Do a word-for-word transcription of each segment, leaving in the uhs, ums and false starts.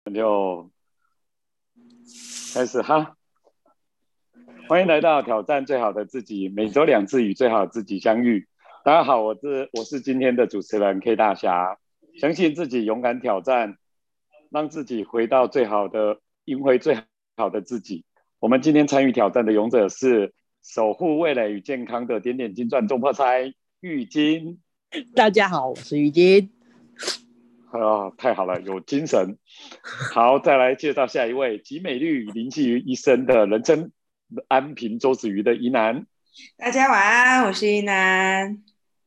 就开始哈。欢迎来到挑战最好的自己，每周两次与最好的自己相遇。大家好，我是我是今天的主持人 K 大侠。相信自己，勇敢挑战，让自己回到最好的，赢回最好的自己。我们今天参与挑战的勇者是守护味蕾与健康的点点金钻中破猜玉金。 大家好，我是玉金。 啊，太好了，有精神。好，再来介绍下一位，集美丽与灵气于一身的人称安平周子瑜的宜南。 大家晚安，我是宜南。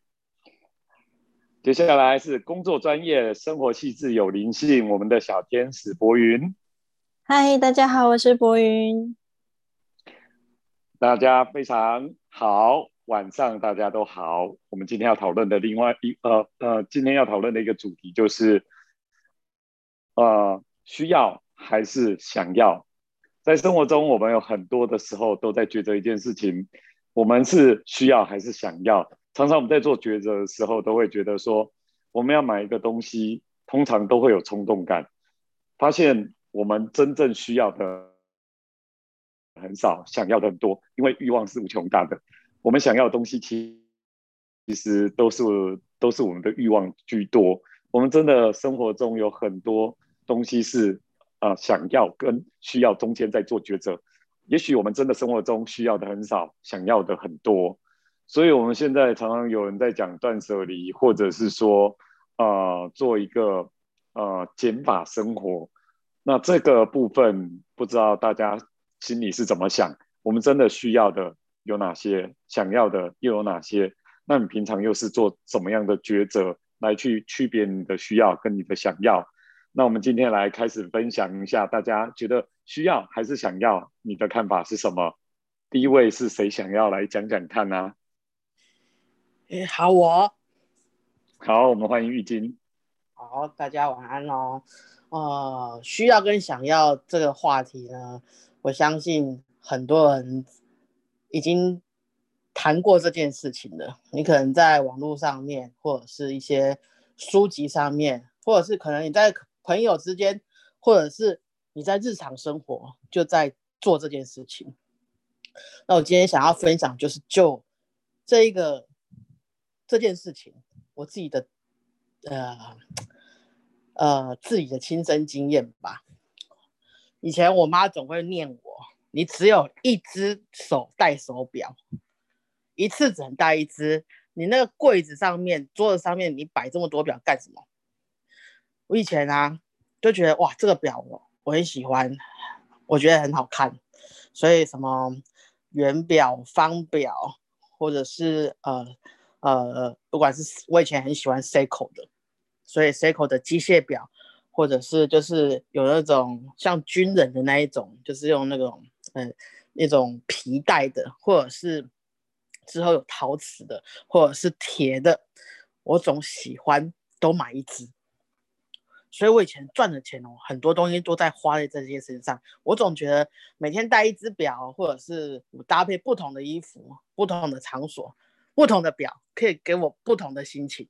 接下来是工作专业、生活细致有灵性，我们的小天使博云。 嗨，大家好，我是博云。 大家非常好，晚上大家都好。我们今天要讨论的另外一呃呃，今天要讨论的一个主题就是呃，需要还是想要？在生活中，我们有很多的时候都在抉择一件事情，我们是需要还是想要？常常我们在做抉择的时候，都会觉得说，我们要买一个东西，通常都会有冲动感，发现我们真正需要的很少，想要的很多，因为欲望是无穷大的。我们想要的东西，其实都是都是我们的欲望居多。我们真的生活中有很多东西是呃想要跟需要中间在做抉择。也许我们真的生活中需要的很少，想要的很多。所以我们现在常常有人在讲断舍离，或者是说呃做一个呃减法生活。那这个部分不知道大家心里是怎么想？我们真的需要的有哪些？想要的又有哪些？那你平常又是做怎么样的抉择来去区别你的需要跟你的想要？那我们今天来开始分享一下，大家觉得需要还是想要？你的看法是什么？第一位是谁想要来讲讲看呢、啊？ 诶，好我， 好，我们欢迎玉金。 好，大家晚安哦。呃，需要跟想要这个话题呢，我相信很多人已经谈过这件事情了。你可能在网络上面，或者是一些书籍上面，或者是可能你在朋友之间，或者是你在日常生活就在做这件事情。那我今天想要分享就是就这一个这件事情，我自己的呃呃自己的亲身经验吧。以前我妈总会念我，你只有一只手戴手表，一次只能戴一只。你那个柜子上面、桌子上面，你摆这么多表干什么？我以前啊就觉得哇，这个表我我很喜欢，我觉得很好看，所以什么圆表、方表，或者是呃呃，不管是我以前很喜欢 Seiko 的，所以 Seiko 的机械表，或者是就是有那种像军人的那一种，就是用那种呃那种皮带的，或者是之后有陶瓷的，或者是铁的，我总喜欢都买一只。所以我以前赚的钱哦，很多东西都在花在这些身上。我总觉得每天戴一只表，或者是我搭配不同的衣服、不同的场所、不同的表，可以给我不同的心情。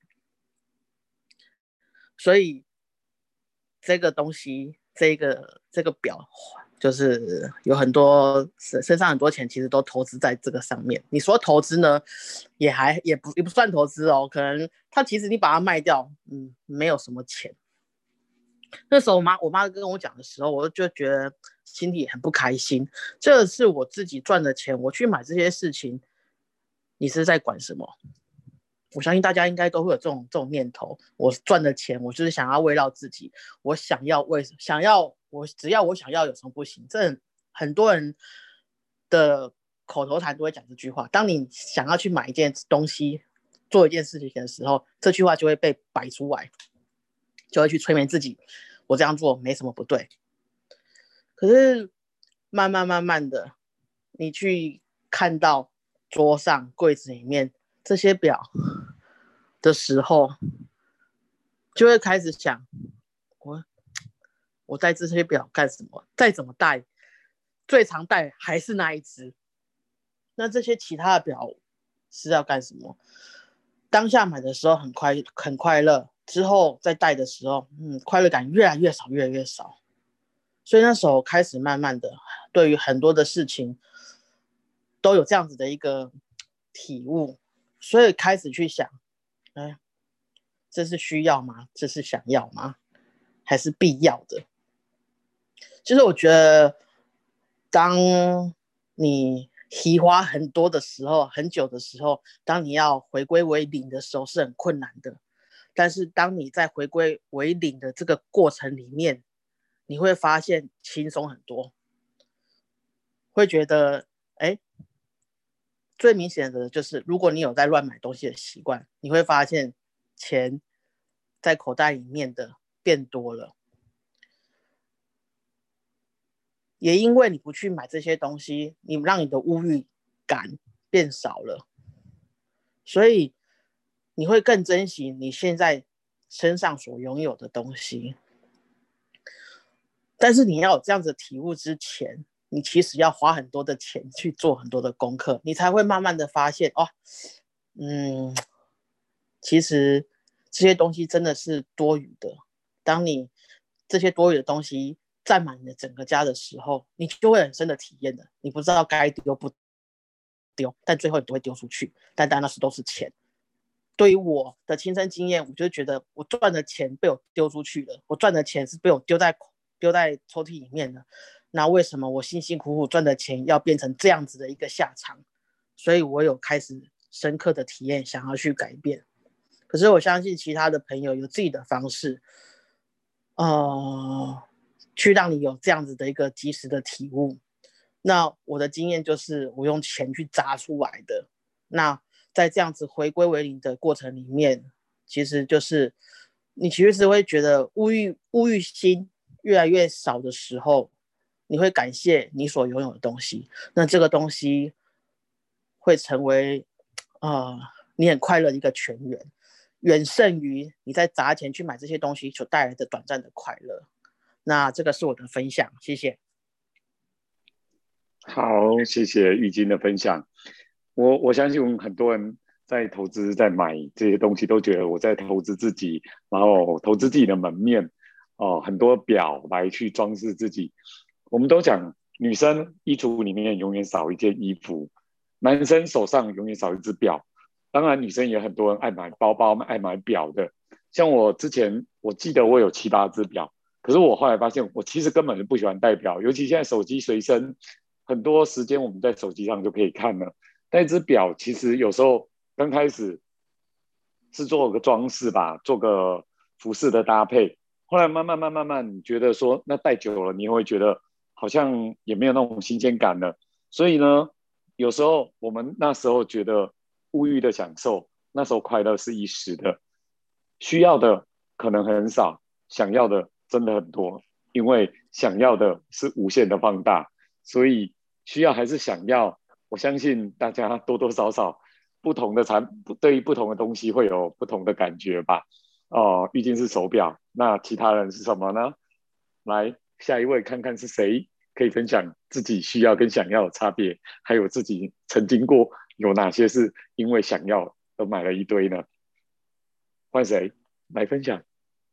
所以这个东西，这个这个表，就是有很多身上很多钱，其实都投资在这个上面。你说投资呢，也还也不也不算投资哦，可能它其实你把它卖掉，嗯，没有什么钱。那时候我妈我妈跟我讲的时候，我就觉得心里很不开心。这是我自己赚的钱，我去买这些事情，你是在管什么？我相信大家应该都会有这种这种念头。我赚的钱，我就是想要慰劳自己，我想要为想要我只要我想要有什么不行？这很多人的口头禅都会讲这句话。当你想要去买一件东西、做一件事情的时候，这句话就会被摆出来。就会去催眠自己，我这样做没什么不对。可是慢慢慢慢的，你去看到桌上柜子里面这些表的时候，就会开始想，我我戴这些表干什么？再怎么戴，最常戴还是那一只。那这些其他的表是要干什么？当下买的时候很快很快乐，之后再戴的时候，嗯，快乐感越来越少，越来越少。 所以那时候开始慢慢的对于很多的事情都有这样子的一个体悟，所以开始去想，哎，这是需要吗？这是想要吗？还是必要的？其实我觉得当你提花很多的时候，很久的时候，当你要回归为零的时候是很困难的，但是当你在回归为零的这个过程里面，你会发现轻松很多，会觉得哎，最明显的就是如果你有在乱买东西的习惯，你会发现钱在口袋里面的变多了，也因为你不去买这些东西，你让你的物欲感变少了，所以你会更珍惜你现在身上所拥有的东西。但是你要有这样子的体悟之前，你其实要花很多的钱去做很多的功课，你才会慢慢的发现哦，嗯，其实这些东西真的是多余的。当你这些多余的东西占满你的整个家的时候，你就会很深的体验的，你不知道该丢不丢，但最后你都会丢出去，但当然那是都是钱。对于我的亲身经验，我就觉得我赚的钱被我丢出去了，我赚的钱是被我丢在丢在抽屉里面的，那为什么我辛辛苦苦赚的钱要变成这样子的一个下场？所以我有开始深刻的体验，想要去改变。可是我相信其他的朋友有自己的方式，呃，去让你有这样子的一个及时的体悟。那我的经验就是我用钱去砸出来的。那在这样子回归为零的过程里面，其实就是你其实会觉得物欲物欲心越来越少的时候，你会感谢你所拥有的东西，那这个东西会成为呃你很快乐的一个泉源，远胜于你在砸钱去买这些东西所带来的短暂的快乐。那这个是我的分享，谢谢。 好，谢谢玉金的分享。我我相信很多人在投资、在买这些东西，都觉得我在投资自己，然后投资自己的门面哦，很多表来去装饰自己。我们都讲，女生衣橱里面永远少一件衣服，男生手上永远少一只表。当然，女生也很多人爱买包包、爱买表的。像我之前，我记得我有七八只表，可是我后来发现，我其实根本就不喜欢戴表，尤其现在手机随身。很多时间我们在手机上就可以看了。但一只表其实有时候刚开始是做个装饰吧，做个服饰的搭配，后来慢慢慢慢慢，你觉得说那戴久了，你会觉得好像也没有那种新鲜感了。所以呢，有时候我们那时候觉得物欲的享受，那时候快乐是一时的，需要的可能很少，想要的真的很多，因为想要的是无限的放大。所以需要还是想要，我相信大家多多少少不同的产，对于不同的东西会有不同的感觉吧。哦，毕竟是手表，那其他人是什么呢？来，下一位看看是谁可以分享自己需要跟想要的差别，还有自己曾经过有哪些是因为想要而买了一堆呢？换谁来分享？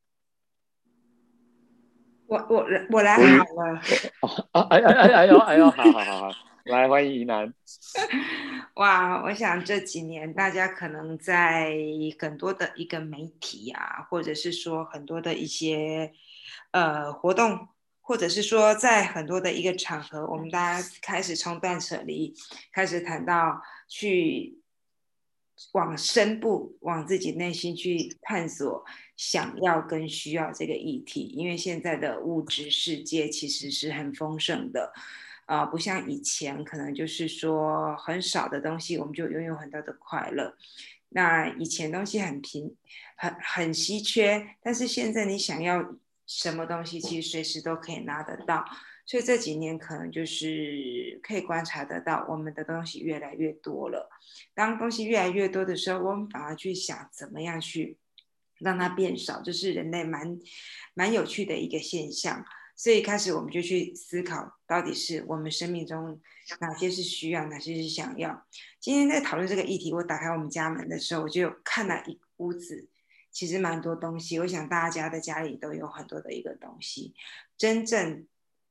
我我我来我与好了。 哦啊哎哎哎哎呦哎呦，好好好好，来欢迎宜南。 哇，我想这几年大家可能在很多的一个媒体啊，或者是说很多的一些呃活动，或者是说在很多的一个场合，我们大家开始从断舍离，开始谈到去往深部，往自己内心去探索想要跟需要这个议题，因为现在的物质世界其实是很丰盛的。呃，不像以前，可能就是说很少的东西，我们就拥有很多的快乐。那以前东西很平，很很稀缺，但是现在你想要什么东西，其实随时都可以拿得到。所以这几年可能就是可以观察得到，我们的东西越来越多了。当东西越来越多的时候，我们反而去想怎么样去让它变少，这是人类蛮蛮有趣的一个现象。所以开始我们就去思考，到底是我们生命中哪些是需要，哪些是想要。今天在讨论这个议题，我打开我们家门的时候，我就看了一屋子，其实蛮多东西。我想大家的家里都有很多的一个东西，真正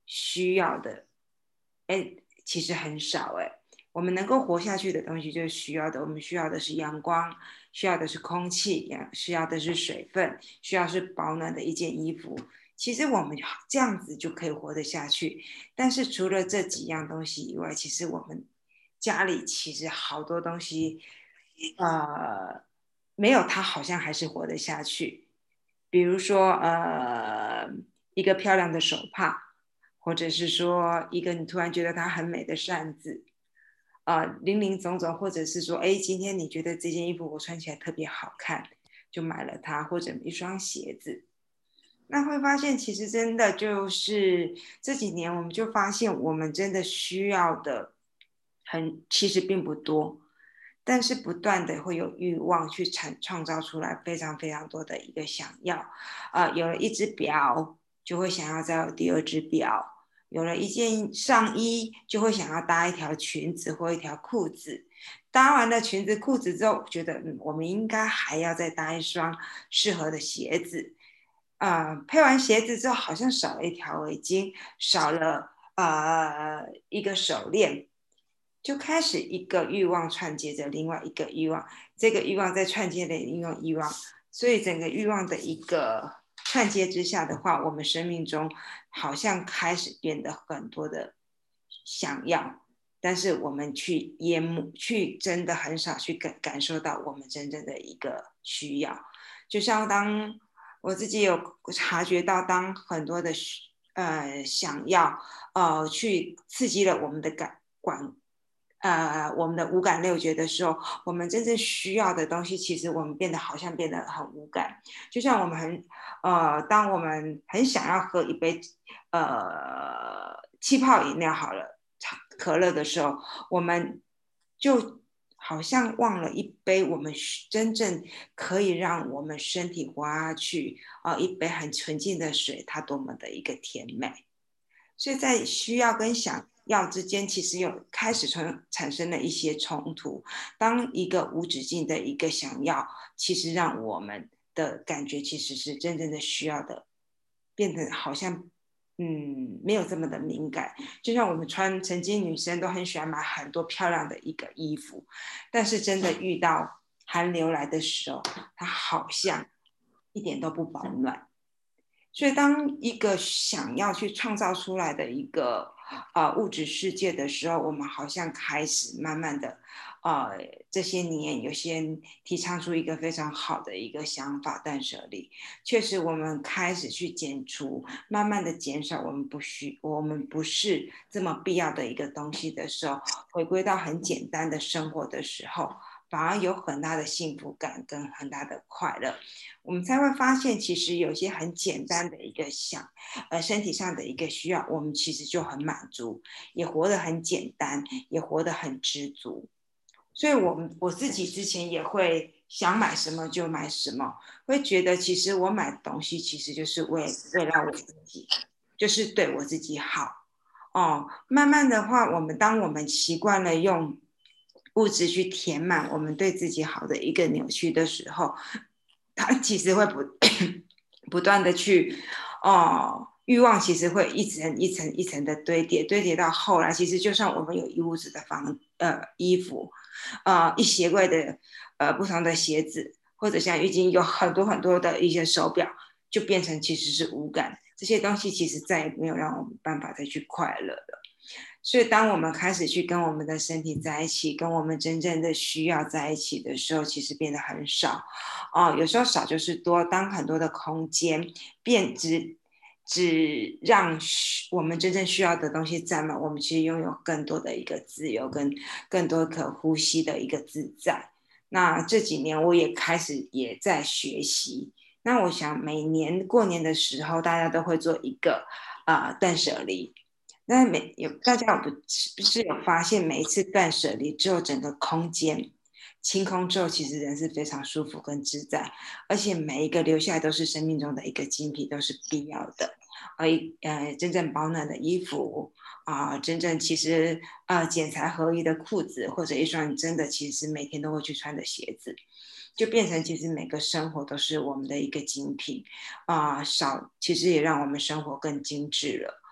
需要的，哎，其实很少哎。我们能够活下去的东西就是需要的，我们需要的是阳光，需要的是空气，需要的是水分，需要是保暖的一件衣服。其实我们这样子就可以活得下去。但是除了这几样东西以外，其实我们家里其实好多东西，呃，没有它好像还是活得下去。比如说，呃，一个漂亮的手帕，或者是说一个你突然觉得它很美的扇子。呃，林林总总，或者是说，哎，今天你觉得这件衣服我穿起来特别好看，就买了它，或者一双鞋子。那会发现，其实真的就是这几年，我们就发现，我们真的需要的很，其实并不多，但是不断的会有欲望去产创造出来非常非常多的一个想要。啊、呃，有了一只表，就会想要再有第二只表。有了一件上衣，就会想要搭一条裙子或一条裤子。搭完了裙子、裤子之后，觉得嗯，我们应该还要再搭一双适合的鞋子。呃，配完鞋子之后，好像少了一条围巾，少了呃一个手链，就开始一个欲望串接着另外一个欲望，这个欲望在串接的另外欲望，所以整个欲望的一个串接之下的话，我们生命中好像开始变得很多的想要，但是我们去淹没，去真的很少去感感受到我们真正的一个需要。就像当我自己有察觉到，当很多的呃想要呃去刺激了我们的感管。呃，我们的五感六觉的时候，我们真正需要的东西，其实我们变得好像变得很无感。就像我们很呃，当我们很想要喝一杯呃气泡饮料好了，可乐的时候，我们就好像忘了一杯我们真正可以让我们身体活下去啊、呃，一杯很纯净的水，它多么的一个甜美。所以在需要跟想要之间，其实有开始从产生了一些冲突。当一个无止境的一个想要，其实让我们的感觉其实是真正的需要的，变得好像嗯没有这么的敏感。就像我们穿，曾经女生都很喜欢买很多漂亮的一个衣服，但是真的遇到寒流来的时候，它好像一点都不保暖。所以，当一个想要去创造出来的一个呃物质世界的时候，我们好像开始慢慢的，呃，这些年有些人提倡出一个非常好的一个想法，断舍离。确实，我们开始去减除，慢慢的减少我们不需、我们不是这么必要的一个东西的时候，回归到很简单的生活的时候，反而有很大的幸福感跟很大的快乐。我们才会发现，其实有些很简单的一个想，呃，身体上的一个需要，我们其实就很满足，也活得很简单，也活得很知足。所以我们我自己之前也会想买什么就买什么，会觉得其实我买东西其实就是为为了我自己，就是对我自己好。哦，慢慢的话，我们当我们习惯了用物质去填满我们对自己好的一个扭曲的时候，它其实会不不断的去，哦，欲望其实会一层一层一层的堆叠，堆叠到后来，其实就算我们有一屋子的房呃衣服，呃一鞋柜的呃不同的鞋子，或者像浴巾有很多很多的一些手表，就变成其实是无感，这些东西其实再也没有让我们办法再去快乐了。所以，当我们开始去跟我们的身体在一起，跟我们真正的需要在一起的时候，其实变得很少。哦，有时候少就是多。当很多的空间变只只让我们真正需要的东西占满，我们其实拥有更多的一个自由，跟更多可呼吸的一个自在。那这几年我也开始也在学习。那我想每年过年的时候，大家都会做一个啊、呃、断舍离。那每有大家有不不是有发现，每一次断舍离之后，整个空间清空之后，其实人是非常舒服跟自在，而且每一个留下来都是生命中的一个精品，都是必要的。而呃，真正保暖的衣服啊、呃，真正其实呃剪裁合一的裤子，或者一双真的其实每天都会去穿的鞋子，就变成其实每个生活都是我们的一个精品啊、呃，少其实也让我们生活更精致了。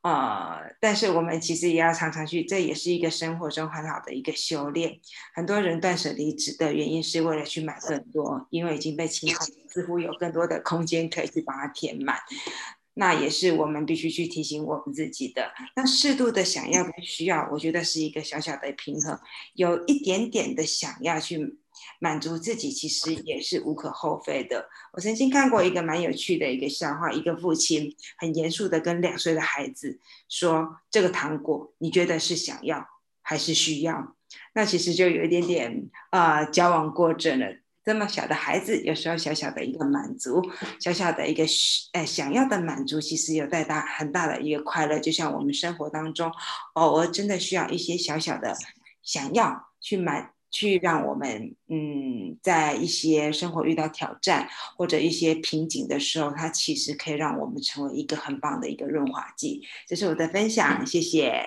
呃，但是我们其实也要常常去，这也是一个生活中很好的一个修炼。很多人断舍离指的原因是为了去买更多，因为已经被清空，似乎有更多的空间可以去把它填满。那也是我们必须去提醒我们自己的。那适度的想要跟需要，我觉得是一个小小的平衡，有一点点的想要去满足自己，其实也是无可厚非的。我曾经看过一个蛮有趣的一个笑话，一个父亲很严肃的跟两岁的孩子说：这个糖果你觉得是想要还是需要？那其实就有一点点呃矫枉过正了。这么小的孩子，有时候小小的一个满足，小小的一个呃想要的满足，其实有带大很大的一个快乐。就像我们生活当中，偶尔真的需要一些小小的想要去满，去让我们嗯，在一些生活遇到挑战或者一些瓶颈的时候，它其实可以让我们成为一个很棒的一个润滑剂。这是我的分享，谢谢。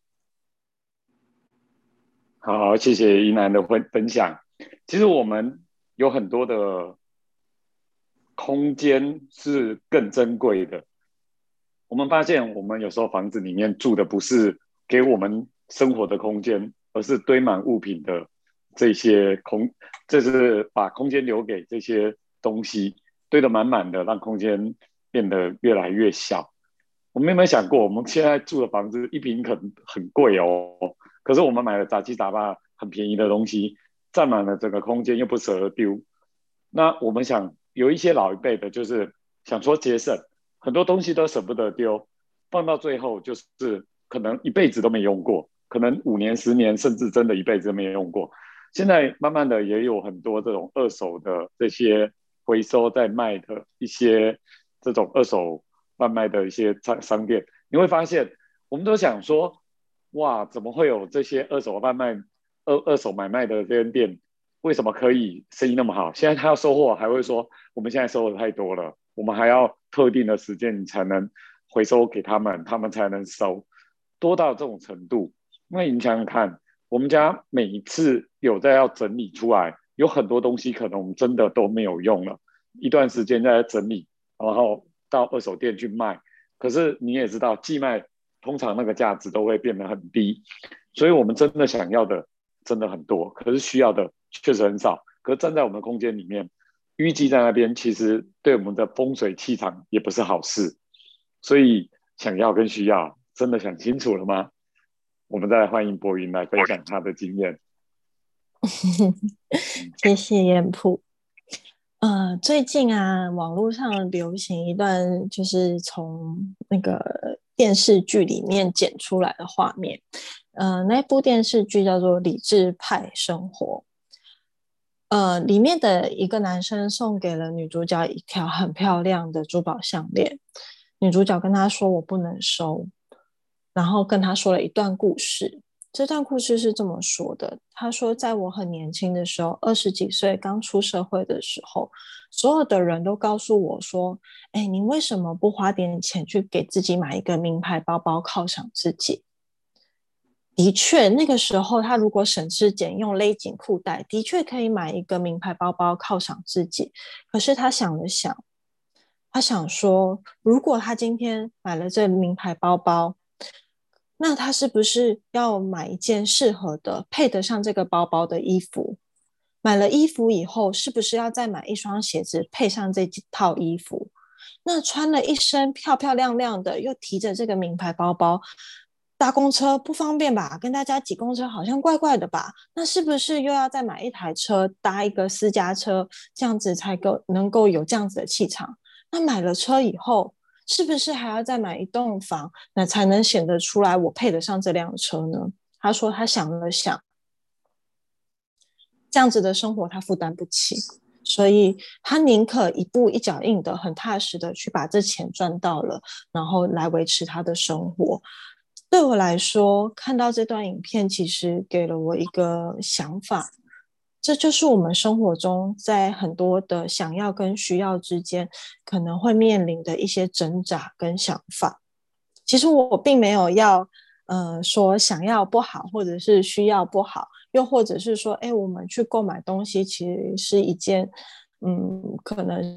好，谢谢宜南的分分享。其实我们有很多的空间是更珍贵的。我们发现，我们有时候房子里面住的不是给我们生活的空间，而是堆满物品的这些空，这是把空间留给这些东西，堆得满满的，让空间变得越来越小。我们有没有想过，我们现在住的房子一平可能很贵哦，可是我们买了杂七杂八很便宜的东西，占满了整个空间，又不舍得丢。那我们想有一些老一辈的，就是想说节省，很多东西都舍不得丢，放到最后就是可能一辈子都没用过，可能五年、十年，甚至真的一辈子都没用过。现在慢慢的也有很多这种二手的这些回收在卖的一些这种二手贩卖的一些商店，你会发现，我们都想说，哇，怎么会有这些二手贩卖、二二手买卖的这些店？为什么可以生意那么好？现在他要收货，还会说我们现在收的太多了，我们还要特定的时间你才能回收给他们，他们才能收，多到这种程度。那你想想看，我们家每一次有在要整理出来，有很多东西可能我们真的都没有用了，一段时间在整理，然后到二手店去卖。可是你也知道，寄卖通常那个价值都会变得很低，所以我们真的想要的真的很多，可是需要的确实很少。可是站在我们的空间里面，淤积在那边，其实对我们的风水气场也不是好事。所以想要跟需要，真的想清楚了吗？我们再来欢迎博云来分享他的经验。 谢谢燕铺。呃，最近啊，网络上流行一段就是从那个电视剧里面剪出来的画面。呃，那部电视剧叫做《理智派生活》。呃，里面的一个男生送给了女主角一条很漂亮的珠宝项链，女主角跟他说我不能收，然后跟他说了一段故事。这段故事是这么说的，他说在我很年轻的时候，二十几岁刚出社会的时候，所有的人都告诉我说，哎，你为什么不花点钱去给自己买一个名牌包包犒赏自己？的确，那个时候他如果省吃俭用勒紧裤带，的确可以买一个名牌包包犒赏自己。可是他想了想，他想说，如果他今天买了这名牌包包，那他是不是要买一件适合的、配得上这个包包的衣服？买了衣服以后，是不是要再买一双鞋子配上这套衣服？那穿了一身漂漂亮亮的，又提着这个名牌包包，搭公车不方便吧？跟大家挤公车好像怪怪的吧？那是不是又要再买一台车，搭一个私家车，这样子才够能够有这样子的气场？那买了车以后，是不是还要再买一栋房，那才能显得出来我配得上这辆车呢？他说他想了想，这样子的生活他负担不起，所以他宁可一步一脚印的很踏实的去把这钱赚到了，然后来维持他的生活。对我来说，看到这段影片其实给了我一个想法，这就是我们生活中在很多的想要跟需要之间可能会面临的一些挣扎跟想法。其实我并没有要呃说想要不好，或者是需要不好，又或者是说，哎，我们去购买东西其实是一件嗯可能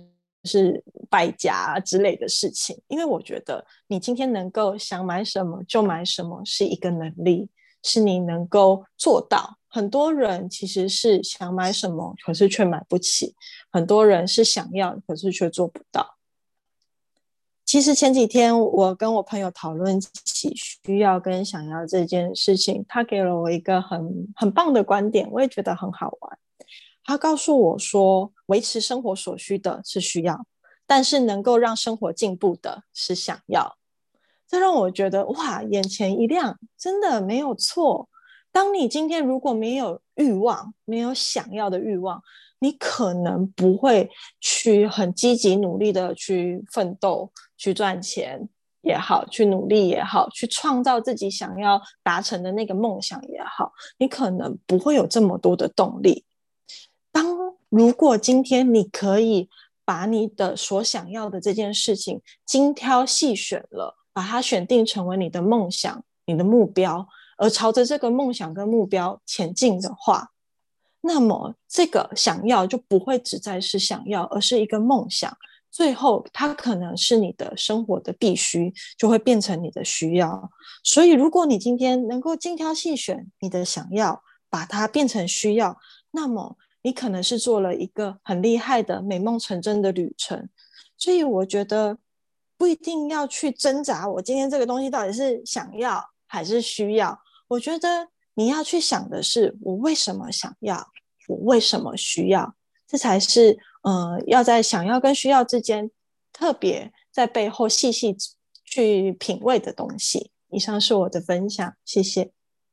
是败家之类的事情，因为我觉得你今天能够想买什么就买什么是一个能力，是你能够做到。很多人其实是想买什么可是却买不起，很多人是想要可是却做不到。其实前几天我跟我朋友讨论起需要跟想要这件事情，他给了我一个很很棒的观点，我也觉得很好玩。他告诉我说，维持生活所需的是需要，但是能够让生活进步的是想要。这让我觉得哇，眼前一亮，真的没有错。当你今天如果没有欲望，没有想要的欲望，你可能不会去很积极努力的去奋斗，去赚钱也好，去努力也好，去创造自己想要达成的那个梦想也好，你可能不会有这么多的动力。当如果今天你可以把你的所想要的这件事情精挑细选了，把它选定成为你的梦想，你的目标，而朝着这个梦想跟目标前进的话，那么这个想要就不会只再是想要，而是一个梦想，最后它可能是你的生活的必须，就会变成你的需要。所以如果你今天能够精挑细选你的想要，把它变成需要，那么你可能是做了一个很厉害的美梦成真的旅程。所以我觉得不一定要去挣扎我今天这个东西到底是想要还是需要，我觉得你要去想的是我为什么想要，我为什么需要，这才是呃要在想要跟需要之间特别在背后细细去品味的东西。以上是我的分享，谢谢。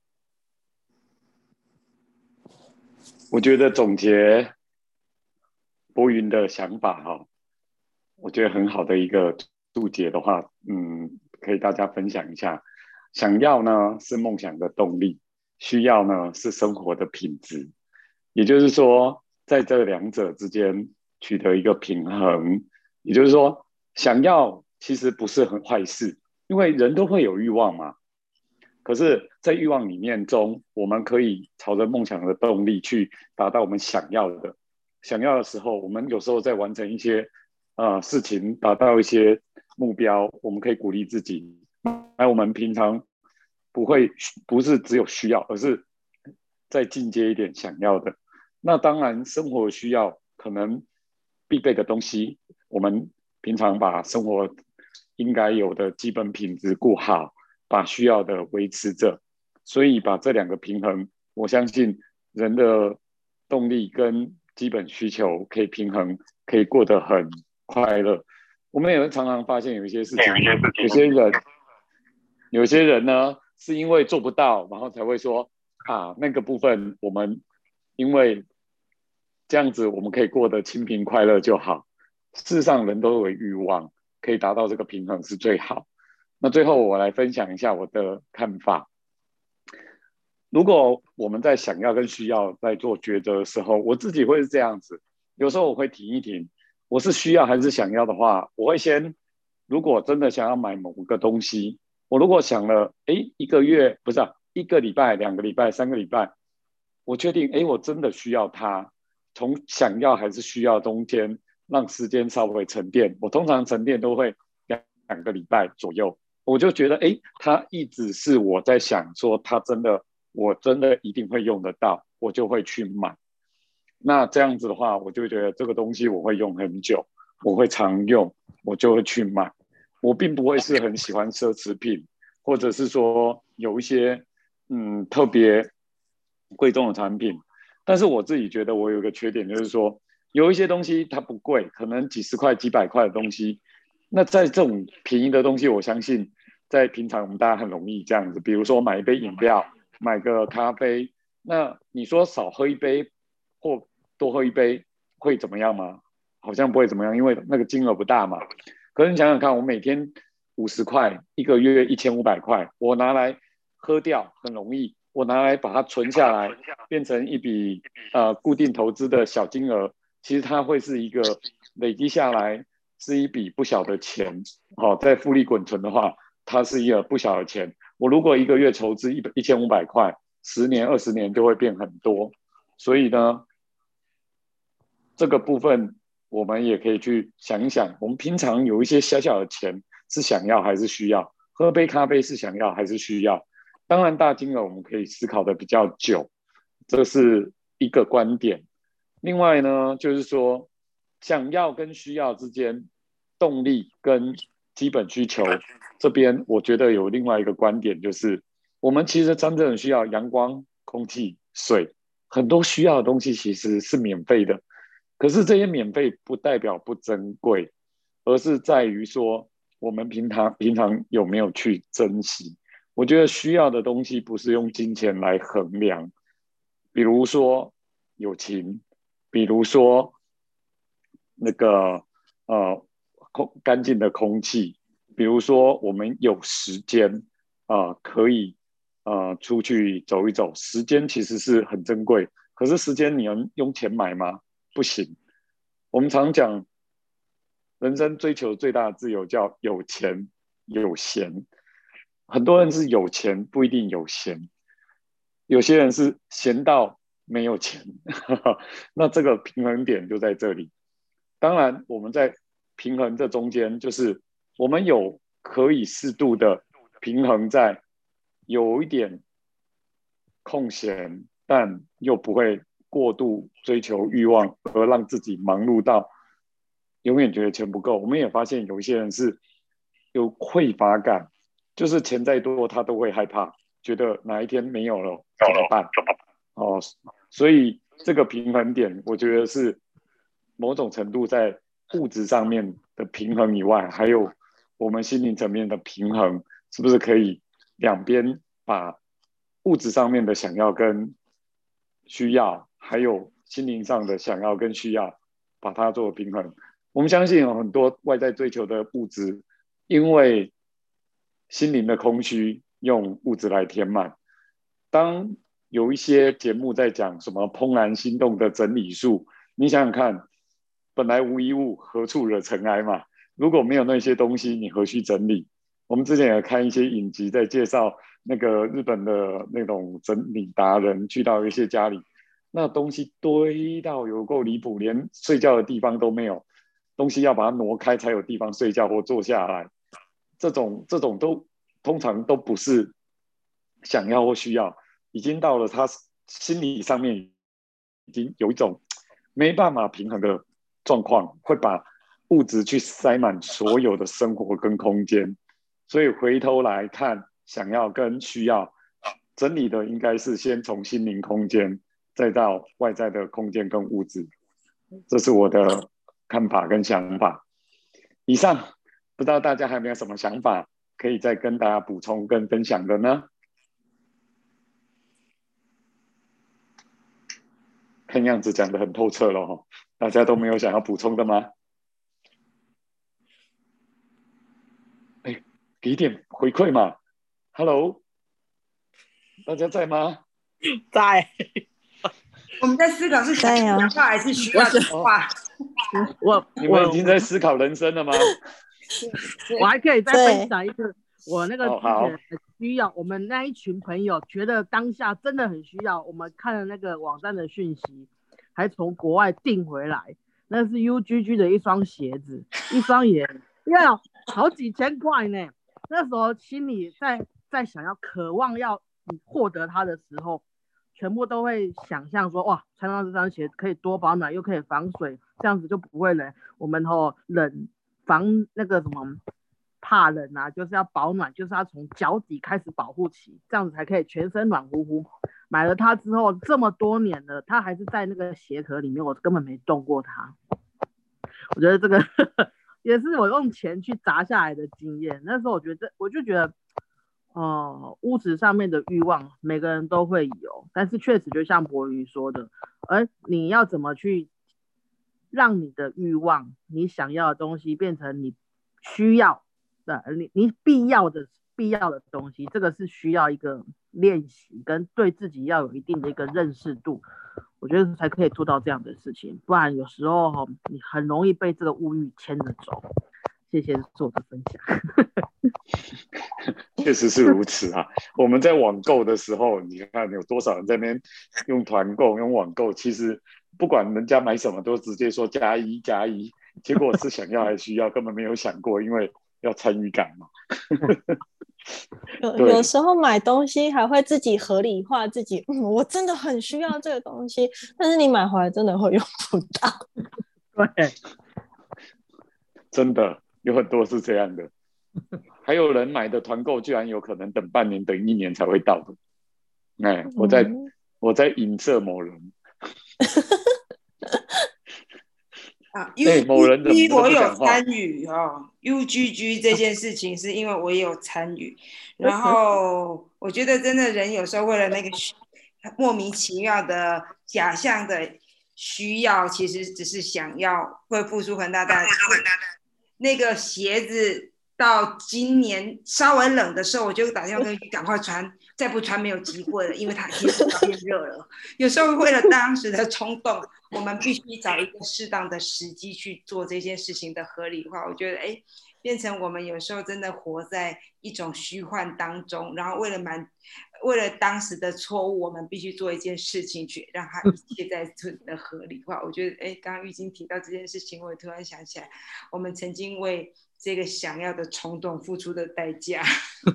我觉得总结柏云的想法哈，我觉得很好的一个注解的话，嗯，可以大家分享一下。想要呢是梦想的动力，需要呢是生活的品质。也就是说，在这两者之间取得一个平衡。也就是说，想要其实不是很坏事，因为人都会有欲望嘛。可是，在欲望里面中，我们可以朝着梦想的动力去达到我们想要的。想要的时候，我们有时候在完成一些呃事情，达到一些目标，我们可以鼓励自己。那我们平常不会不是只有需要，而是再进阶一点想要的。那当然，生活需要可能必备的东西，我们平常把生活应该有的基本品质顾好。把需要的维持着，所以把这两个平衡，我相信人的动力跟基本需求可以平衡，可以过得很快乐。我们也常常发现有一些事情，有些人，有些人呢是因为做不到，然后才会说啊，那个部分我们因为这样子我们可以过得清贫快乐就好。事实上，人都有欲望，可以达到这个平衡是最好。那最后我来分享一下我的看法。如果我们在想要跟需要在做抉择的时候，我自己会是这样子，有时候我会停一停，我是需要还是想要的话，我会先，如果真的想要买某个东西，我如果想了，哎，一个月不是啊，一个礼拜、两个礼拜、三个礼拜，我确定，哎，我真的需要它，从想要还是需要中间让时间稍微沉淀，我通常沉淀都会两两个礼拜左右。我就觉得，哎，它一直是我在想说，它真的，我真的一定会用得到，我就会去买。那这样子的话，我就觉得这个东西我会用很久，我会常用，我就会去买。我并不会是很喜欢奢侈品，或者是说有一些嗯特别贵重的产品。但是我自己觉得我有一个缺点，就是说有一些东西它不贵，可能几十块、几百块的东西。那在这种便宜的东西，我相信在平常我们大家很容易这样子，比如说买一杯饮料，买个咖啡，那你说少喝一杯或多喝一杯会怎么样吗？好像不会怎么样，因为那个金额不大嘛。可是你想想看，我每天五十块，一个月一千五百块，我拿来喝掉很容易，我拿来把它存下来，变成一笔呃固定投资的小金额，其实它会是一个累积下来。是一笔不小的钱，好、哦，在复利滚存的话，它是一个不小的钱。我如果一个月筹资一一千五百块，十年、二十年就会变很多。所以呢，这个部分我们也可以去想一想，我们平常有一些小小的钱是想要还是需要，喝杯咖啡是想要还是需要。当然大金额我们可以思考的比较久，这是一个观点。另外呢，就是说想要跟需要之间，动力跟基本需求这边，我觉得有另外一个观点，就是我们其实真正需要阳光、空气、水，很多需要的东西其实是免费的。可是这些免费不代表不珍贵，而是在于说我们平常平常有没有去珍惜。我觉得需要的东西不是用金钱来衡量，比如说友情，比如说那个呃空干净的空气，比如说我们有时间啊、呃、可以呃出去走一走，时间其实是很珍贵，可是时间你能用钱买吗？不行。我们常讲人生追求最大的自由叫有钱有闲，很多人是有钱不一定有闲，有些人是闲到没有钱那这个平衡点就在这里。当然我们在平衡这中间，就是我们有可以适度的平衡在有一点空闲，但又不会过度追求欲望而让自己忙碌到永远觉得钱不够。我们也发现有一些人是有匮乏感，就是钱再多他都会害怕，觉得哪一天没有了怎么办？哦，所以这个平衡点，我觉得是某种程度在物质上面的平衡以外，还有我们心灵层面的平衡，是不是可以两边把物质上面的想要跟需要，还有心灵上的想要跟需要，把它做平衡。我们相信有很多外在追求的物质，因为心灵的空虚，用物质来填满。当有一些节目在讲什么怦然心动的整理术，你想想看，本来无一物，何处惹尘埃嘛？如果没有那些东西，你何须整理？我们之前有看一些影集，在介绍那个日本的那种整理达人，去到一些家里，那东西堆到有够离谱，连睡觉的地方都没有，东西要把它挪开才有地方睡觉或坐下来。这种这种都通常都不是想要或需要，已经到了他心理上面已经有一种没办法平衡的状况，会把物质去塞满所有的生活跟空间。所以回头来看，想要跟需要整理的应该是先从心灵空间，再到外在的空间跟物质。这是我的看法跟想法。以上不知道大家还有没有什么想法可以再跟大家补充跟分享的呢？看样子讲得很透彻了哦，大家都没有想要补充的吗？哎，给点回馈嘛 ！Hello， 大家在吗？ 在。 我们在思考是想要讲话还是需要讲话。 我你们已经在思考人生了吗？ 我还可以再分享一个，我那个哦之前需要，我们那一群朋友觉得当下真的很需要，我们看了那个网站的讯息，还从国外订回来，那是 U G G 的一双鞋子，一双也要好几千块呢。那时候心里在在想要渴望要获得它的时候，全部都会想象说，哇，穿上这双鞋可以多保暖，又可以防水，这样子就不会冷。我们吼冷防那个什么怕冷啊，就是要保暖，就是要从脚底开始保护起，这样子才可以全身暖乎乎。买了它之后，这么多年了，它还是在那个鞋壳里面，我根本没动过它。我觉得这个呵呵也是我用钱去砸下来的经验。那时候我觉得，我就觉得。哦，物质上面的欲望每个人都会有，但是确实就像博宇说的，而你要怎么去让你的欲望，你想要的东西变成你需要的，你你必要的必要的东西，这个是需要一个练习跟对自己要有一定的一个认识度，我觉得才可以做到这样的事情，不然有时候你很容易被这个物欲牵着走。谢谢做的分享。 确实是如此啊！我们在网购的时候，你看有多少人在那边用团购、用网购，其实不管人家买什么都直接说加一加一，结果是想要还需要，根本没有想过，因为要参与感嘛。 有有时候买东西还会自己合理化自己，嗯，我真的很需要这个东西，但是你买回来真的会用不到。 对， 真的有很多是这样的。还有人买的团购居然有可能等半年、等一年才会到的。哎，我在、嗯、我在影射某人。 啊 ，U G G 我有参与哦 ，U G G 这件事情是因为我也有参与，然后我觉得真的人有时候为了那个莫名其妙的假象的需要，其实只是想要会付出很大的那个鞋子。到今年稍微冷的时候，我就打电话跟鱼赶快穿，再不穿没有机会了，因为它天气要变热了。有时候为了当时的冲动，我们必须找一个适当的时机去做这件事情的合理化。我觉得，哎，变成我们有时候真的活在一种虚幻当中，然后为了满，为了当时的错误，我们必须做一件事情去让它一切在的合理化。我觉得，哎，刚刚玉晶提到这件事情，我也突然想起来，我们曾经为这个想要的冲动付出的代价。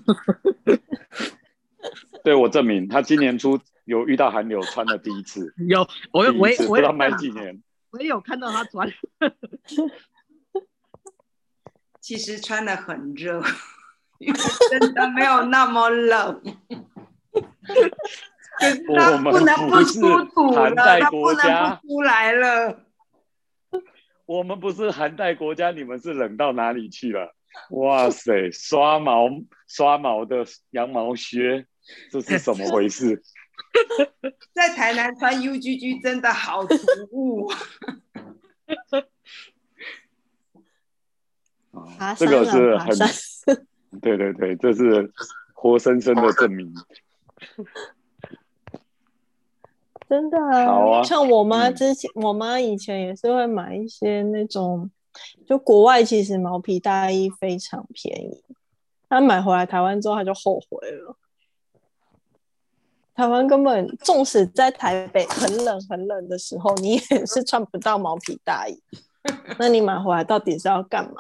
对，我证明他今年初有遇到寒流穿了第一次， 有我我我不知道买几年， 我也有看到他穿。 其实穿得很热，因为真的没有那么冷。可是他不能不出土了，他不能不出来了。 我们不是寒带国家，你们是冷到哪里去了？哇塞，刷毛刷毛的羊毛靴，这是怎么回事？ 在台南穿 U G G 真的好突兀。 啊，这个是很，对对对，这是活生生的证明。 真的啊， 啊像我妈之前，嗯、我妈以前也是会买一些那种，就国外其实毛皮大衣非常便宜，她买回来台湾之后，她就后悔了。台湾根本，纵使在台北很冷很冷的时候，你也是穿不到毛皮大衣。那你买回来到底是要干嘛？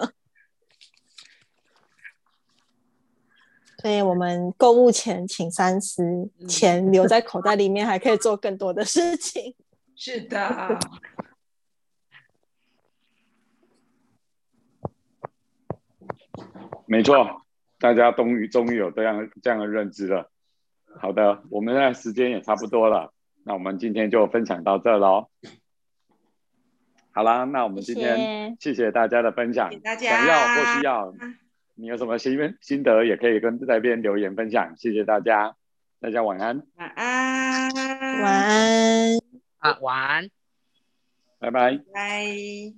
所以我们购物前请三思，钱留在口袋里面还可以做更多的事情。 是的。 没错，大家终于终于有这样这样的认知了。好的，我们的时间也差不多了，那我们今天就分享到这咯。好啦，那我们今天谢谢大家的分享， 谢谢大家， 想要或需要，你有什么心心得也可以跟这边留言分享，谢谢大家，大家晚安。 晚安。 晚安。 啊，晚安。 拜拜。 拜。